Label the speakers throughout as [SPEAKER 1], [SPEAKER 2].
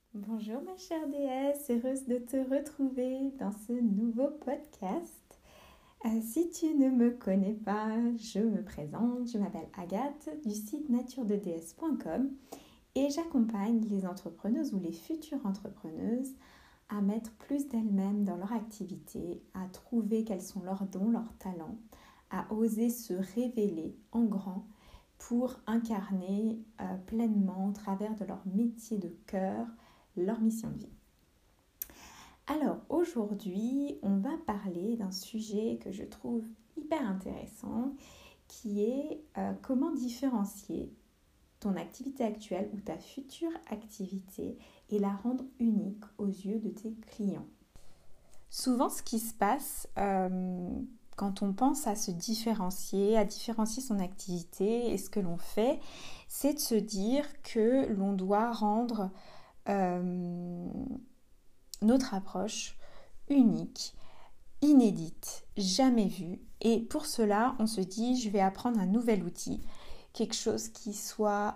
[SPEAKER 1] Bonjour ma chère déesse, heureuse de te retrouver dans ce nouveau podcast. Si tu ne me connais pas, je me présente, je m'appelle Agathe du site naturededéesse.com et j'accompagne les entrepreneuses ou les futures entrepreneuses à mettre plus d'elles-mêmes dans leur activité, à trouver quels sont leurs dons, leurs talents, à oser se révéler en grand pour incarner pleinement au travers de leur métier de cœur leur mission de vie. Alors aujourd'hui, on va parler d'un sujet que je trouve hyper intéressant qui est comment différencier ton activité actuelle ou ta future activité et la rendre unique aux yeux de tes clients. Souvent, ce qui se passe quand on pense à se différencier, à différencier son activité et ce que l'on fait, c'est de se dire que l'on doit rendre notre approche unique, inédite, jamais vue. Et pour cela, on se dit, je vais apprendre un nouvel outil, quelque chose qui soit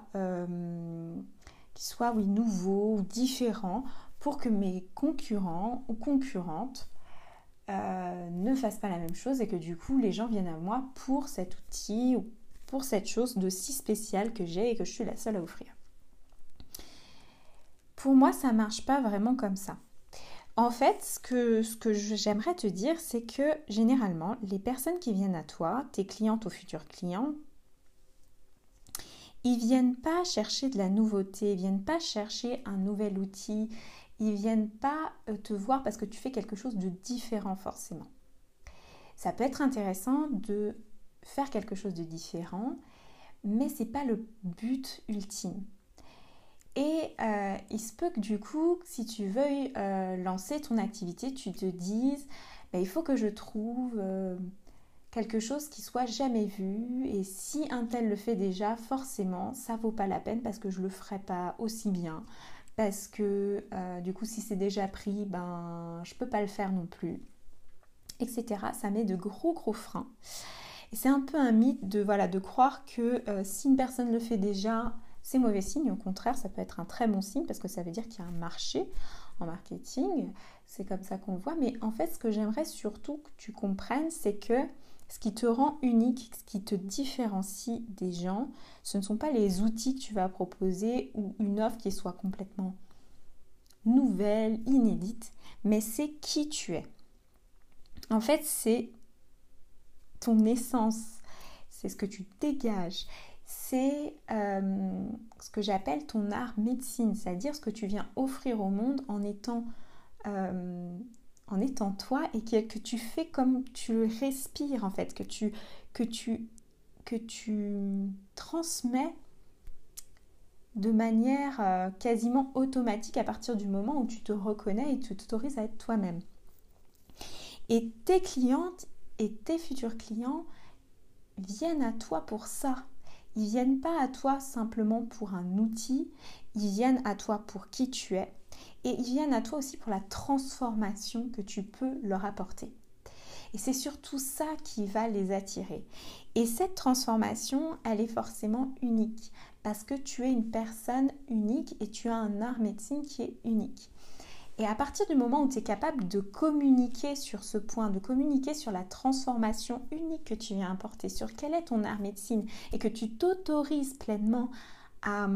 [SPEAKER 1] nouveau ou différent pour que mes concurrents ou concurrentes ne fassent pas la même chose et que du coup, les gens viennent à moi pour cet outil ou pour cette chose de si spéciale que j'ai et que je suis la seule à offrir. Pour moi, ça ne marche pas vraiment comme ça. En fait, ce que j'aimerais te dire, c'est que généralement, les personnes qui viennent à toi, tes clientes ou futurs clients, ils viennent pas chercher de la nouveauté, ils viennent pas chercher un nouvel outil, ils viennent pas te voir parce que tu fais quelque chose de différent forcément. Ça peut être intéressant de faire quelque chose de différent, mais c'est pas le but ultime. Et il se peut que du coup, si tu veuilles lancer ton activité, tu te dises il faut que je trouve quelque chose qui soit jamais vu. Et si un tel le fait déjà, forcément, ça vaut pas la peine parce que je le ferai pas aussi bien. Parce que du coup, si c'est déjà pris, je peux pas le faire non plus, etc. Ça met de gros freins. Et c'est un peu un mythe de croire que si une personne le fait déjà, c'est mauvais signe. Au contraire, ça peut être un très bon signe parce que ça veut dire qu'il y a un marché en marketing. C'est comme ça qu'on voit. Mais en fait, ce que j'aimerais surtout que tu comprennes, c'est que ce qui te rend unique, ce qui te différencie des gens, ce ne sont pas les outils que tu vas proposer ou une offre qui soit complètement nouvelle, inédite, mais c'est qui tu es. En fait, c'est ton essence, c'est ce que tu dégages, c'est ce que j'appelle ton art médecine, c'est-à-dire ce que tu viens offrir au monde en étant toi et que tu fais comme tu le respires en fait, que tu transmets de manière quasiment automatique à partir du moment où tu te reconnais et tu t'autorises à être toi-même. Et tes clientes et tes futurs clients viennent à toi pour ça. Ils viennent pas à toi simplement pour un outil, ils viennent à toi pour qui tu es et ils viennent à toi aussi pour la transformation que tu peux leur apporter. Et c'est surtout ça qui va les attirer. Et cette transformation, elle est forcément unique parce que tu es une personne unique et tu as un art médecine qui est unique. Et à partir du moment où tu es capable de communiquer sur ce point, de communiquer sur la transformation unique que tu viens apporter, sur quel est ton art médecine et que tu t'autorises pleinement à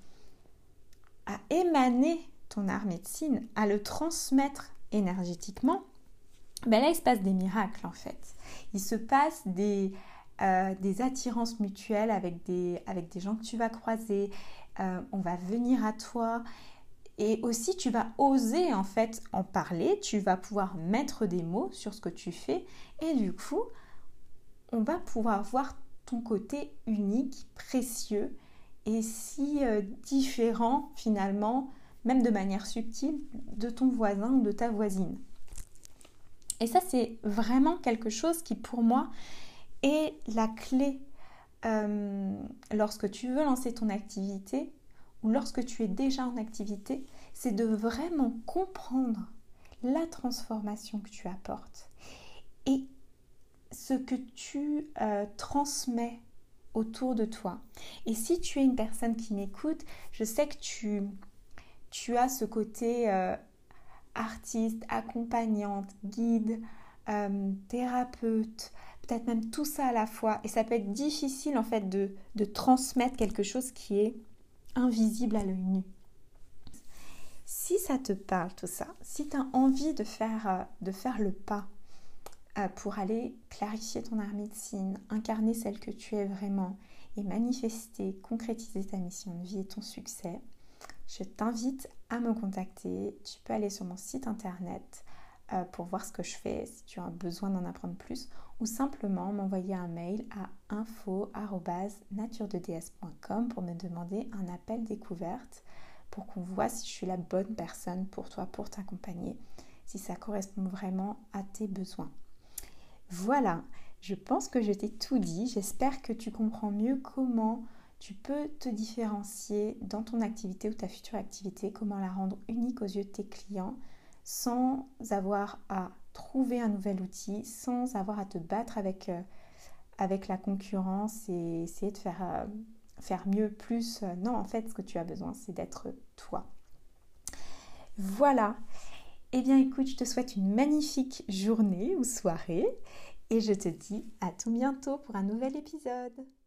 [SPEAKER 1] émaner ton art médecine, à le transmettre énergétiquement, là il se passe des miracles en fait. Il se passe des attirances mutuelles avec des gens que tu vas croiser, on va venir à toi. Et aussi, tu vas oser en fait en parler, tu vas pouvoir mettre des mots sur ce que tu fais et du coup, on va pouvoir voir ton côté unique, précieux et si différent finalement, même de manière subtile, de ton voisin ou de ta voisine. Et ça, c'est vraiment quelque chose qui pour moi est la clé lorsque tu veux lancer ton activité ou lorsque tu es déjà en activité, c'est de vraiment comprendre la transformation que tu apportes et ce que tu transmets autour de toi. Et si tu es une personne qui m'écoute, je sais que tu tu as ce côté artiste, accompagnante, guide, thérapeute, peut-être même tout ça à la fois. Et ça peut être difficile en fait de transmettre quelque chose qui est invisible à l'œil nu. Si ça te parle tout ça, si tu as envie de faire le pas pour aller clarifier ton art médecine, incarner celle que tu es vraiment et manifester, concrétiser ta mission de vie et ton succès, je t'invite à me contacter. Tu peux aller sur mon site internet pour voir ce que je fais si tu as besoin d'en apprendre plus ou simplement m'envoyer un mail à info@naturededs.com pour me demander un appel découverte pour qu'on voit si je suis la bonne personne pour toi, pour t'accompagner, si ça correspond vraiment à tes besoins. Voilà, je pense que je t'ai tout dit. J'espère que tu comprends mieux comment tu peux te différencier dans ton activité ou ta future activité, comment la rendre unique aux yeux de tes clients sans avoir à trouver un nouvel outil, sans avoir à te battre avec la concurrence et essayer de faire mieux, plus. Non, en fait, ce que tu as besoin, c'est d'être toi. Voilà. Eh bien, écoute, je te souhaite une magnifique journée ou soirée et je te dis à tout bientôt pour un nouvel épisode.